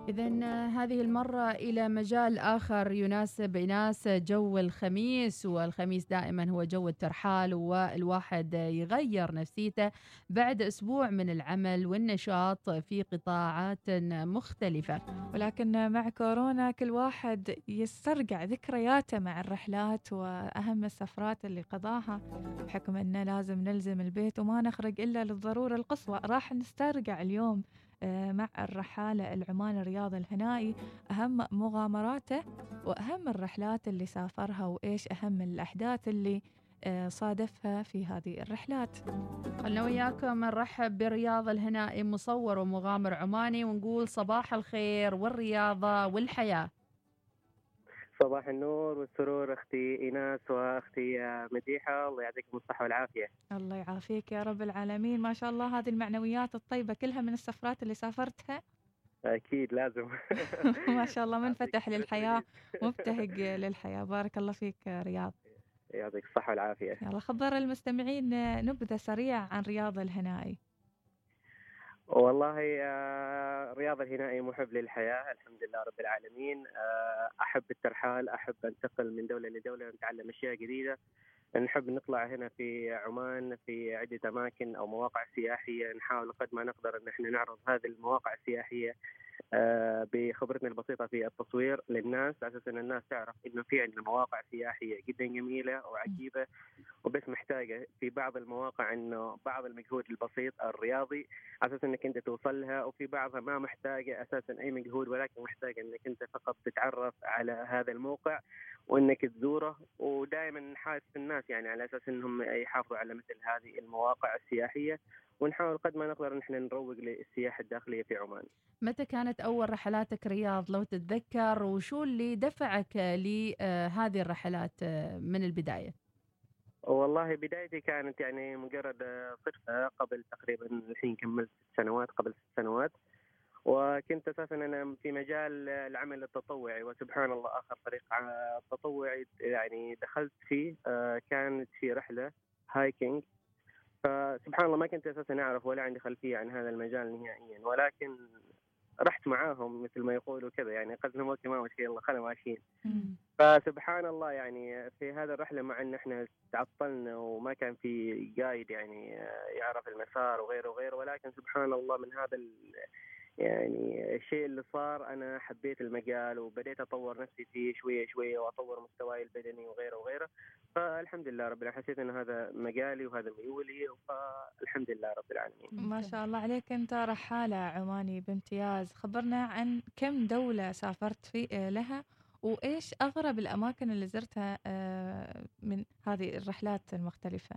إذن هذه المرة إلى مجال آخر يناسب جو الخميس، والخميس دائما هو جو الترحال، والواحد يغير نفسيته بعد أسبوع من العمل والنشاط في قطاعات مختلفة. ولكن مع كورونا كل واحد يسترجع ذكرياته مع الرحلات وأهم السفرات اللي قضاها، بحكم أنه لازم نلزم البيت وما نخرج إلا للضرورة القصوى. راح نسترجع اليوم مع الرحالة العماني رياض الهنائي أهم مغامراته وأهم الرحلات اللي سافرها، وإيش أهم الأحداث اللي صادفها في هذه الرحلات. خلنا وياكم نرحب برياض الهنائي، مصور ومغامر عماني، ونقول صباح الخير والرياضة والحياة. صباح النور والسرور أختي إيناس وأختي مديحة، الله يعطيكم الصحة والعافية. الله يعافيك يا رب العالمين. ما شاء الله، هذه المعنويات الطيبة كلها من السفرات اللي سافرتها. أكيد لازم. ما شاء الله، يعطيك منفتح الف للحياة، رهيب. مبتهج للحياة. بارك الله فيك يا رياض. يعطيك الصحة والعافية. يلا خبر المستمعين نبذة سريعة عن رياض الهنائي. والله رياض الهنائي محب للحياة الحمد لله رب العالمين. أحب الترحال، أحب أنتقل من دولة لدولة ونتعلم أشياء جديدة. نحب نطلع هنا في عمان في عدة أماكن أو مواقع سياحية، نحاول قد ما نقدر أن احنا نعرض هذه المواقع السياحية بخبرتنا البسيطة في التصوير للناس، على أساس أن الناس تعرف إنه في عندنا مواقع سياحية جدا جميلة وعجيبة، وبس محتاجة في بعض المواقع إنه بعض المجهود البسيط الرياضي على أساس إنك أنت توصل لها، وفي بعضها ما محتاجة أساسا أي مجهود، ولكن محتاجة إنك أنت فقط تتعرف على هذا الموقع وإنك تزوره. ودائما نحاس الناس يعني على أساس إنهم يحافظوا على مثل هذه المواقع السياحية، ونحاول قد ما نقدر نحن نروج للسياحة الداخلية في عمان. متى كانت أول رحلاتك رياض لو تتذكر، وشو اللي دفعك لهذه الرحلات من البداية؟ والله بدايتي كانت يعني مجرد صدفة قبل تقريبا الحين كملت 6 سنوات، قبل 6 سنوات، وكنت أساسا أنا في مجال العمل التطوعي، وسبحان الله آخر طريق تطوعي يعني دخلت فيه كانت في رحلة هايكنج. فسبحان الله ما كنت أساسا أعرف ولا عندي خلفية عن هذا المجال نهائيا، ولكن رحت معاهم مثل ما يقولوا كذا، يعني أخذنا وقت ما مشي يلا خلينا ماشيين. فسبحان الله يعني في هذا الرحلة مع أن احنا تعطلنا وما كان في قايد يعني يعرف المسار وغيره وغيره، ولكن سبحان الله من هذا يعني الشيء اللي صار أنا حبيت المجال وبديت أطور نفسي فيه شوية شوية وأطور مستواي البدني وغيره وغيره. فالحمد لله رب العالمين حسيت أن هذا مجالي وهذا ميولي، فالحمد لله رب العالمين. ما شاء الله عليك، أنت رحالة عماني بامتياز. خبرنا عن كم دولة سافرت في لها، وإيش أغرب الأماكن اللي زرتها من هذه الرحلات المختلفة.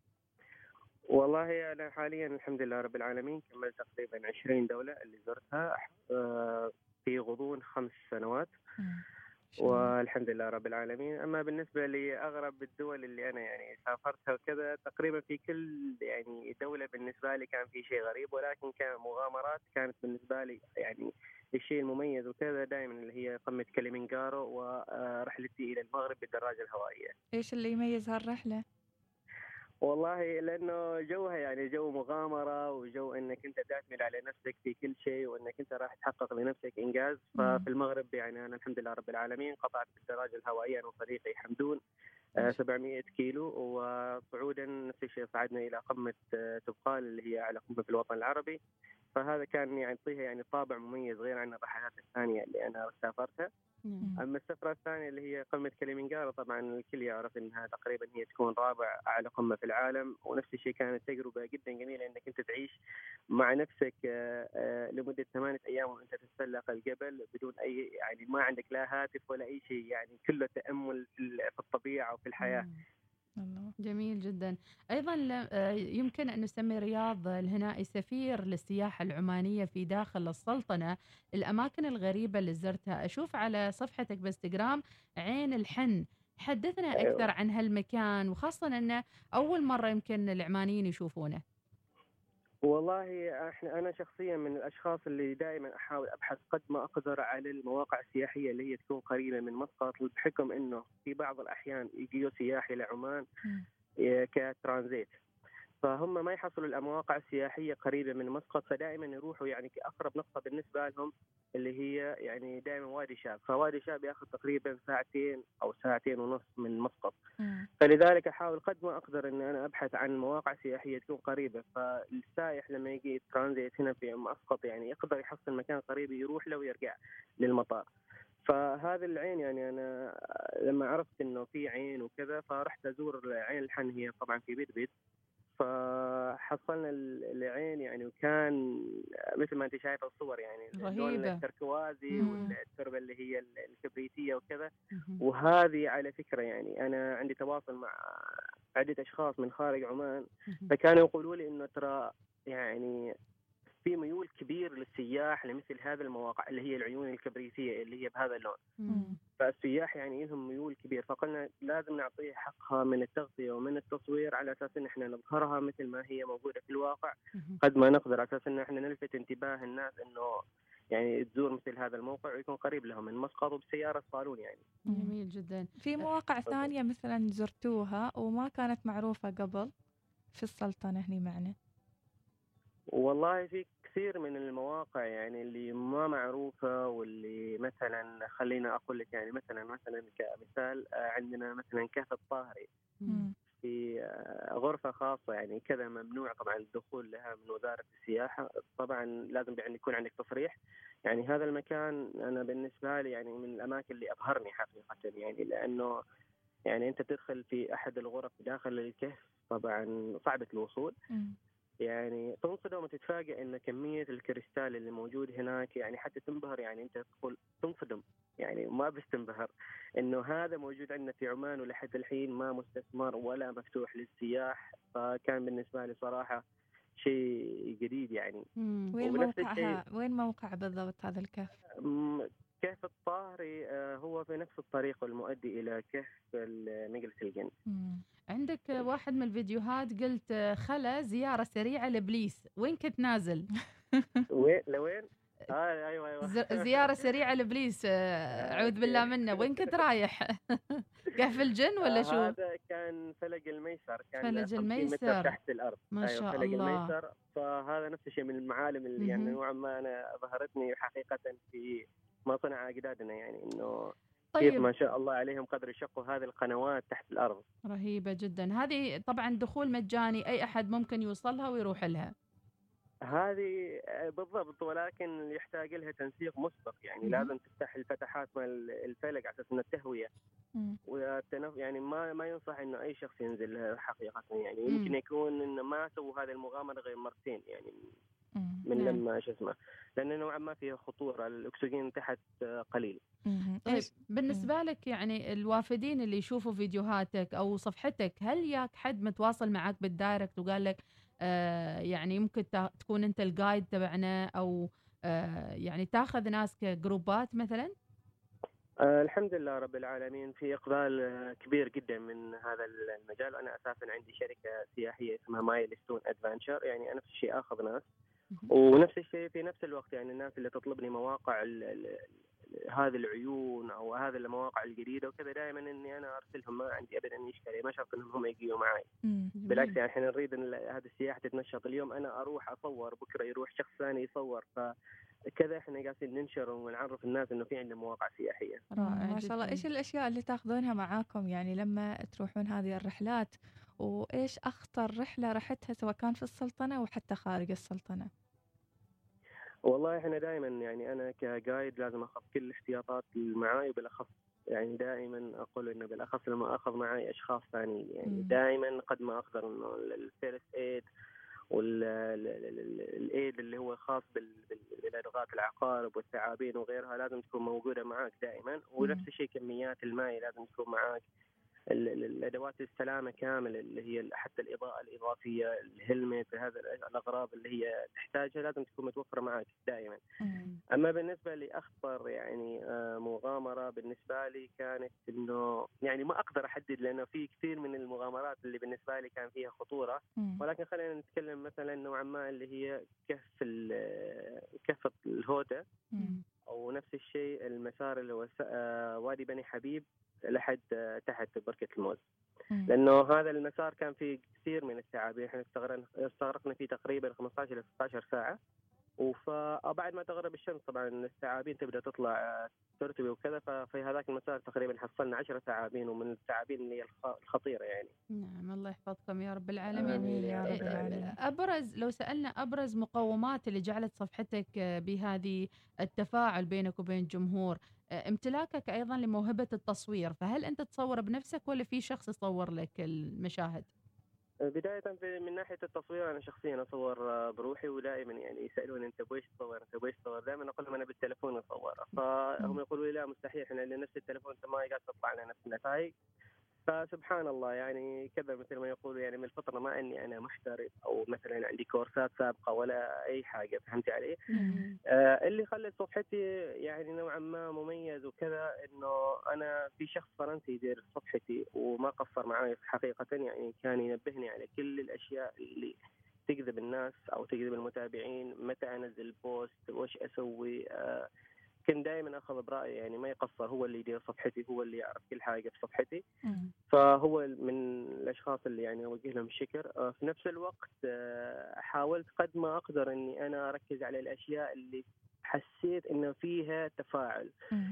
والله أنا حاليا الحمد لله رب العالمين كملت تقريبا 20 دولة اللي زرتها في غضون 5 سنوات، شاء الله. والحمد لله رب العالمين. أما بالنسبة لأغرب الدول اللي أنا يعني سافرتها وكذا، تقريبا في كل يعني دولة بالنسبة لي كان في شيء غريب، ولكن كان مغامرات كانت بالنسبة لي يعني الشيء المميز وكذا دائما اللي هي قمة كليمنجارو ورحلتي إلى المغرب بالدراجة الهوائية. إيش اللي يميز هالرحلة؟ والله لانه جوها يعني جو مغامره، وجو انك انت تعتمد على نفسك في كل شيء، وانك انت راح تحقق لنفسك انجاز. ففي المغرب يعني انا الحمد لله رب العالمين قطعت بالدراجه الهوائيه انا وصديقي حمدون 700 كيلو، وصعودا نفس الشيء صعدنا الى قمه تبقال اللي هي اعلى قمه في الوطن العربي. فهذا كان يعطيها يعني طابع مميز غير عن الرحلات الثانيه اللي انا سافرتها. أما السفرة الثانية اللي هي قمة كليمنجارو، طبعا الكل يعرف أنها تقريبا هي تكون رابع أعلى قمة في العالم، ونفس الشيء كانت تجربة جدا جميلة أنك أنت تعيش مع نفسك لمدة 8 أيام وأنت تتسلق الجبل بدون أي يعني ما عندك لا هاتف ولا أي شيء، يعني كله تأمل في الطبيعة وفي الحياة. الله جميل جدا. أيضا يمكن أن نسمي رياض الهنائي سفير للسياحة العمانية في داخل السلطنة. الأماكن الغريبة اللي زرتها أشوف على صفحتك بإنستغرام عين الحن، حدثنا أكثر أيوة. عن هالمكان، وخاصة أنه أول مرة يمكن العمانيين يشوفونه. والله انا شخصيا من الاشخاص اللي دائما احاول ابحث قد ما اقدر على المواقع السياحيه اللي هي تكون قريبه من مسقط، بحكم انه في بعض الاحيان يجيو سياحي لعمان كترانزيت. فهم ما يحصلوا المواقع السياحية قريبة من مسقط، فدائما يروحوا يعني كأقرب نقطة بالنسبة لهم اللي هي يعني دائما وادي شاب. فوادي شاب ياخذ تقريبا ساعتين أو ساعتين ونص من مسقط. فلذلك أحاول قد ما أقدر أن أنا أبحث عن مواقع سياحية تكون قريبة، فالسائح لما يجي ترانزيت هنا في مسقط يعني يقدر يحصل مكان قريب يروح له ويرجع للمطار. فهذا العين يعني أنا لما عرفت إنه في عين وكذا فرحت أزور عين الحن، هي طبعا في بيت. فحصلنا العين يعني، وكان مثل ما انت شايفه الصور يعني اللون رهيبة. التركوازي والتربه اللي هي الكبريتيه وكذا. وهذه على فكره يعني انا عندي تواصل مع عده اشخاص من خارج عمان، فكانوا يقولوا لي انه ترى يعني في ميول كبير للسياح لمثل هذه المواقع اللي هي العيون الكبريتيه اللي هي بهذا اللون. فالسياح يعني لهم ميول كبير، فقلنا لازم نعطيه حقها من التغطيه ومن التصوير على اساس ان احنا نظهرها مثل ما هي موجوده في الواقع قد ما نقدر، على اساس ان احنا نلفت انتباه الناس انه يعني تزور مثل هذا الموقع ويكون قريب لهم من مسقط وبسياره صالون يعني. جميل جدا. في مواقع ثانيه مثلا زرتوها وما كانت معروفه قبل في السلطنه هني معنا؟ والله في كثير من المواقع يعني اللي ما معروفة، واللي مثلا خلينا أقول لك يعني مثلا كمثال عندنا مثلا كهف الطاهري في غرفة خاصة يعني كذا، ممنوع طبعا الدخول لها من وزارة السياحة. طبعا لازم يعني يكون عندك تصريح. يعني هذا المكان أنا بالنسبة لي يعني من الأماكن اللي أبهرني حقيقة، يعني لأنه يعني أنت تدخل في أحد الغرف داخل الكهف طبعا صعبة الوصول. يعني تنصدم وتتفاجئ ان كميه الكريستال اللي موجود هناك يعني حتى تنبهر، يعني انت تقول تنصدم يعني ما بس تنبهر انه هذا موجود عندنا في عمان ولحد الحين ما مستثمر ولا مفتوح للسياح. فكان بالنسبه لي صراحه شيء جديد يعني. وين موقعها؟ وين موقع بالضبط هذا الكهف؟ كهف الطاهري هو في نفس الطريق المؤدي الى كهف مجلس الجن. عندك واحد من الفيديوهات قلت خلا زيارة سريعة لإبليس، وين كنت نازل؟ وين لوين؟ ايوه زيارة سريعة لإبليس، أعوذ بالله منه. وين كنت رايح؟ كهف الجن ولا شو؟ هذا كان فلق الميسر، كان فلق 50 الميسر متر تحت الأرض. ما شاء فلق الله. الميسر. فهذا نفس الشيء من المعالم اللي يعني نوعا ما أنا ظهرتني حقيقة في ما صنع أجدادنا، يعني إنه كيف ما شاء الله عليهم قدر يشقوا هذه القنوات تحت الأرض. رهيبة جدا. هذه طبعا دخول مجاني، أي أحد ممكن يوصلها ويروح لها. هذه بالضبط، ولكن يحتاج لها تنسيق مسبق يعني لازم تفتح الفتحات مال الفلك على اساس انه التهويه يعني ما ينصح انه اي شخص ينزل حقيقه يعني. يمكن يكون انه ما سووا هذه المغامره غير مرتين يعني من لما شو اسمه، لانه نوعا ما فيها خطوره، الاكسجين تحت قليل. طيب بالنسبه لك يعني الوافدين اللي يشوفوا فيديوهاتك او صفحتك، هل ياك حد متواصل معك بالدايركت وقال لك يعني يمكن تكون انت الجايد تبعنا، او يعني تاخذ ناس كجروبات مثلا؟ الحمد لله رب العالمين، في إقبال كبير جدا من هذا المجال. أنا أساسا عندي شركة سياحية اسمها مايلستون أدفنتشر، يعني نفس الشيء آخذ ناس، ونفس الشيء في نفس الوقت يعني الناس اللي تطلبني مواقع هذه العيون أو هذه المواقع الجديدة وكذا، دائما إني أنا أرسلهم، ما عندي أبدا إشكالية، ما شرط إنهم هم يجيوا معي. بالعكس يعني إحنا نريد إن هذه السياحة تتنشط. اليوم أنا أروح أصور، بكرة يروح شخص ثاني يصور، كذا احنا قاعدين ننشر ونعرف الناس انه في عندنا مواقع سياحيه. ما شاء الله. ايش الاشياء اللي تاخذونها معاكم يعني لما تروحون هذه الرحلات؟ وايش اخطر رحله رحتها سواء كان في السلطنه وحتى خارج السلطنه؟ والله احنا دائما يعني انا كجايد لازم اخذ كل الاحتياطات معاي، وبالاخص يعني دائما اقول انه بالاخص لما اخذ معي اشخاص ثانيين يعني دائما قد ما اقدر انه الفيرست ايد والايد اللي هو خاص بالادغات العقارب والثعابين وغيرها لازم تكون موجوده معك دائما. ونفس الشيء كميات الماء لازم تكون معك، الادوات السلامه كامل اللي هي حتى الاضاءه الاضافيه، الهلمت، هذا الاغراض اللي هي تحتاجها لازم تكون متوفره معك دائما. اما بالنسبه لاخطر يعني مغامره بالنسبه لي كانت انه يعني ما اقدر احدد، لانه في كثير من المغامرات اللي بالنسبه لي كان فيها خطوره، ولكن خلينا نتكلم مثلا نوعا ما اللي هي كهف الهوتا ونفس الشيء المسار اللي هو وادي بني حبيب لحد تحت بركة الموز. لأنه هذا المسار كان فيه كثير من الثعابين، احنا استغرقنا فيه تقريبا 15 إلى 16 ساعة. وبعد ما تغرب الشمس طبعا الثعابين تبدأ تطلع ترتبي وكذا، ففي هذاك المسار تقريبا حصلنا 10 ثعابين، ومن الثعابين اللي هي الخطيرة يعني. نعم، الله يحفظكم يا رب العالمين. آمين يا رب العالمين. لو سألنا أبرز مقومات اللي جعلت صفحتك بهذه التفاعل بينك وبين الجمهور، امتلاكك أيضا لموهبة التصوير، فهل أنت تصور بنفسك ولا في شخص يصور لك المشاهد؟ بداية من ناحية التصوير أنا شخصيا أصور بروحي، ودائما يعني يسألوني أنت بويش تصور أنت بويش تصور، دائما أقول لهم أنا بالتليفون أصور، فهم يقولوا لي لا مستحيل، إحنا نفس التليفون أنت ما قاعد تطلع لنا نفس النتائج. فسبحان الله يعني كذا مثل ما يقولوا يعني من الفطرة، ما اني انا محترف او مثلا عندي كورسات سابقه ولا اي حاجه، فهمت علي؟ اللي خلت صفحتي يعني نوعا ما مميز وكذا، انه انا في شخص فرنسي يدير صفحتي وما قصر معي حقيقه، يعني كان ينبهني على كل الاشياء اللي تجذب الناس او تجذب المتابعين، متى انزل بوست، وش اسوي. كنت دائما اخذ برايه، يعني ما يقصر، هو اللي يدير صفحتي، هو اللي يعرف كل حاجه في صفحتي. فهو من الاشخاص اللي يعني اوجه لهم الشكر. في نفس الوقت حاولت قد ما اقدر اني انا اركز على الاشياء اللي حسيت انه فيها تفاعل.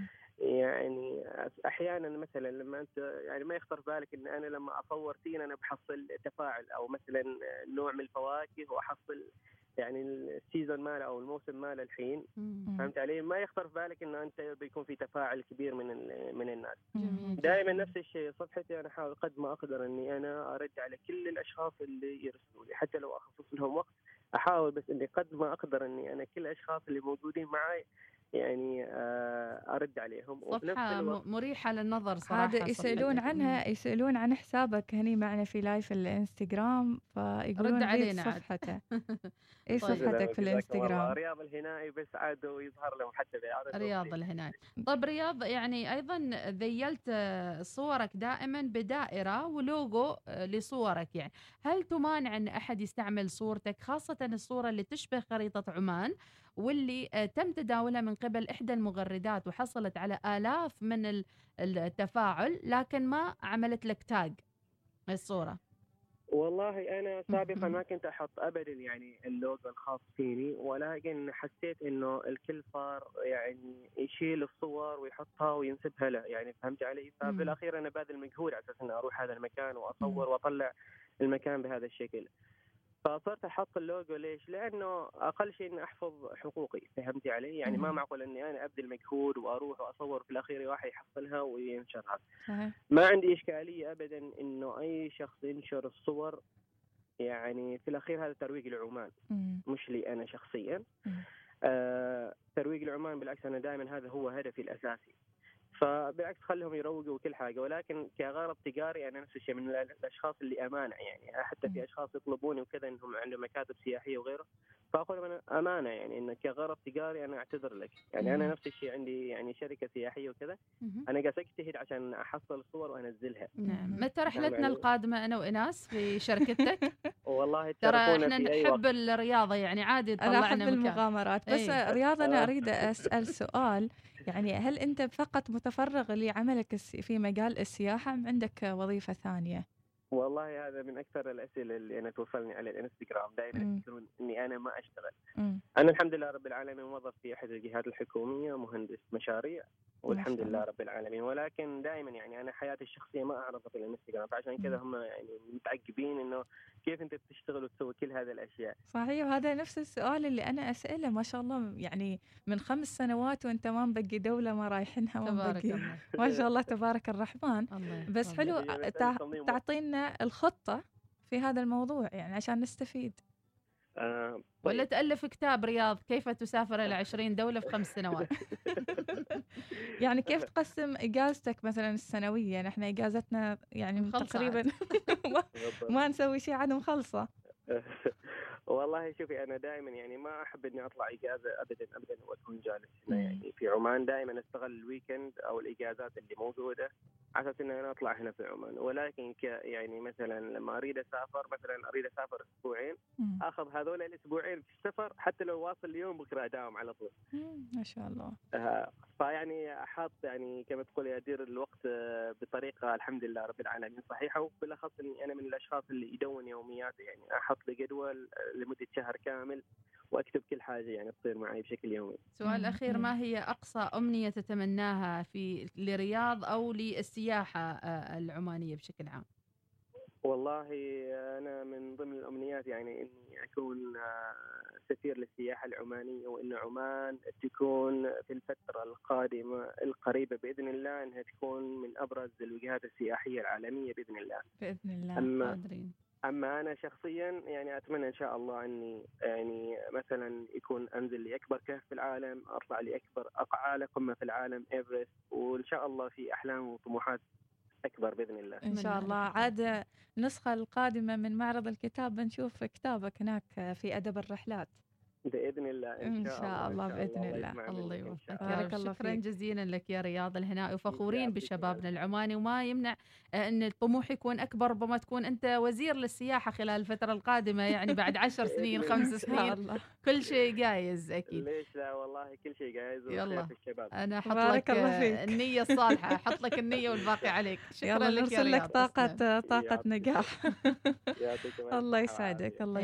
يعني احيانا مثلا لما انت يعني ما يخطر بالك ان انا لما اصور تين انا بحصل تفاعل، او مثلا نوع من الفواكه واحصل يعني السيزون ماله او الموسم ماله الحين، فهمت علي؟ ما يخطر في بالك انه انت بيكون في تفاعل كبير من الناس. دائما نفس الشيء صفحتي، انا احاول قد ما اقدر اني انا ارد على كل الاشخاص اللي يرسلوا لي، حتى لو اخصص لهم وقت احاول، بس اني قد ما اقدر اني انا كل الاشخاص اللي موجودين معي يعني ارد عليهم. صفحة مريحة للنظر صراحة. هذا يسألون عن حسابك هني معنا في لايف الانستغرام، فيقولون رد علينا صفحته. ايش صفحتك في الانستغرام؟ رياض الهنائي، بس عاد ويظهر لهم حتى رياض الهنائي. طب رياض، يعني ايضا ذيلت صورك دائما بدائرة ولوجو لصورك، يعني هل تمانع ان احد يستعمل صورتك، خاصة الصورة اللي تشبه خريطة عمان واللي تم تداولها من قبل إحدى المغردات وحصلت على آلاف من التفاعل، لكن ما عملت لك تاج الصورة؟ والله أنا سابقا ما كنت أحط أبدا يعني اللوجو الخاص فيني، ولكن حسيت إنه الكل صار يعني يشيل الصور ويحطها وينسبها له، يعني فهمت علي؟ ففي الأخير أنا باذل مجهود على أساس إني أروح هذا المكان وأصور وأطلع المكان بهذا الشكل. فصرت احط اللوجو، ليش؟ لانه اقل شيء اني احفظ حقوقي، فهمتي علي؟ يعني ما معقول اني انا ابذل مجهود واروح واصور في الاخير واحد يحصلها وينشرها. ما عندي اشكاليه ابدا انه اي شخص ينشر الصور، يعني في الاخير هذا ترويج لعمان، مش لي انا شخصيا. ترويج لعمان بالعكس، انا دائما هذا هو هدفي الاساسي، فبالعكس خلهم يروجوا وكل حاجه، ولكن كغرض تجاري انا نفس الشيء من الاشخاص اللي امانه، يعني حتى في اشخاص يطلبوني وكذا انهم عندهم مكاتب سياحيه وغيره، فاقول انا امانه يعني ان كغرض تجاري انا اعتذر لك، يعني انا نفس الشيء عندي يعني شركه سياحيه وكذا، انا قاعد اجتهد عشان احصل الصور وانزلها. نعم. متى رحلتنا القادمه انا وإناس في شركتك؟ والله ترى احنا نحب الرياضه، يعني عادي تطلعنا انا احب المغامرات، بس رياض انا اريد اسال سؤال، يعني هل أنت فقط متفرغ لعملك في مجال السياحة أم عندك وظيفة ثانية؟ والله هذا من أكثر الأسئلة اللي أنا توصلني على الانستغرام، دائما يفكرون إني أنا ما أشتغل. أنا الحمد لله رب العالمين موظف في أحد الجهات الحكومية، مهندس مشاريع، والحمد لله رب العالمين، ولكن دائما يعني أنا حياتي الشخصية ما أعرضها في الانستغرام، فعشان كذا هم يعني متعجبين إنه كيف أنت بتشتغل وتسوي كل هذه الأشياء. صحيح، وهذا نفس السؤال اللي أنا أسأله، ما شاء الله يعني من 5 سنوات وأنت ما مبقي دولة ما رايحينها، ما مبقي ما شاء الله تبارك الرحمن. بس حلو تعطينا الخطة في هذا الموضوع يعني عشان نستفيد. طيب. ولا تألف كتاب رياض كيف تسافر إلى 20 دولة في 5 سنوات. يعني كيف تقسم إجازتك مثلا السنوية؟ نحن إجازتنا يعني تقريبا ما نسوي شيء عاد مخلصة. والله شوفي انا دائما يعني ما احب اني اطلع اجازه ابدا ابدا واكون جالس هنا يعني في عمان. دائما استغل الويكند او الاجازات اللي موجوده على اساس ان انا اطلع هنا في عمان. ولكن يعني مثلا لما اريد اسافر، مثلا اريد اسافر اسبوعين، اخذ هذول الاسبوعين في السفر، حتى لو واصل اليوم بكره اداوم على طول. ما شاء الله. فيعني احط يعني كما تقولي ادير الوقت بطريقه الحمد لله رب العالمين صحيحه. وبالاخص اني انا من الاشخاص اللي يدون يومياتي، يعني احط لي جدول لمده شهر كامل واكتب كل حاجه يعني تصير معي بشكل يومي. سؤال اخير، ما هي اقصى امنيه تتمناها في لرياض او للسياحه العمانيه بشكل عام؟ والله أنا من ضمن الأمنيات يعني إني أكون سفير للسياحة العمانية، وإن عمان تكون في الفترة القادمة القريبة بإذن الله أنها تكون من أبرز الوجهات السياحية العالمية بإذن الله. بإذن الله. أما أنا شخصيا يعني أتمنى إن شاء الله أني يعني مثلا يكون أنزل لي أكبر كهف في العالم، أطلع لي أعلى قمة في العالم إيفرست، وإن شاء الله في أحلام وطموحات أكبر بإذن الله. إن شاء الله. عاد النسخة القادمة من معرض الكتاب بنشوف كتابك هناك في أدب الرحلات بإذن الله. إن شاء الله بإذن الله. الله يوفقك يا رب. شكرا جزيلا لك يا رياض الهنائي، وفخورين بشبابنا العماني، وما يمنع أن الطموح يكون أكبر. ربما تكون أنت وزير للسياحة خلال الفترة القادمة، يعني بعد 10 سنين 5 سنين كل شيء جايز أكيد. ليش لا، والله كل شيء جايز. يلا في الشباب. أنا أحط لك النية الصالحة، أحط لك النية والباقي عليك. شكرا لك يا رياض. طاقة نجاح. الله يسعدك، الله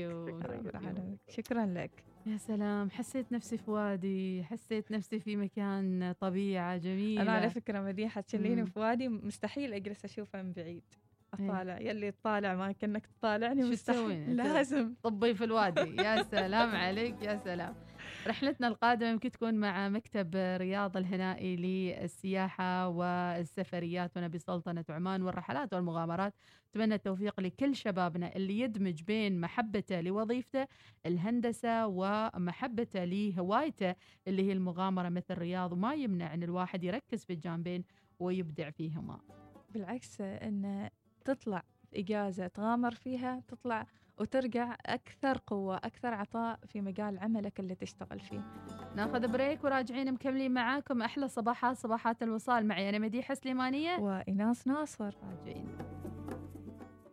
يوفقك. شكرا لك. يا سلام، حسيت نفسي في وادي، حسيت نفسي في مكان طبيعة جميلة. أنا على فكرة مديحة تشليني في وادي مستحيل أجلس أشوفه من بعيد، أطالع يلي تطالع ما كأنك تطالعني، مستحيل، لازم طبي في الوادي. يا سلام عليك، يا سلام. رحلتنا القادمة يمكن تكون مع مكتب رياض الهنائي للسياحة والسفريات ونبي سلطنة عمان والرحلات والمغامرات. أتمنى التوفيق لكل شبابنا اللي يدمج بين محبته لوظيفته الهندسة ومحبته لهوايته اللي هي المغامرة مثل رياض، وما يمنع أن الواحد يركز في الجانبين ويبدع فيهما. بالعكس، أن تطلع إجازة تغامر فيها، تطلع وترجع أكثر قوة، أكثر عطاء في مجال عملك اللي تشتغل فيه. ناخذ بريك وراجعين مكملين معاكم أحلى صباحات الوصال. معي أنا مديحة سليمانية وإناس ناصر. راجعين.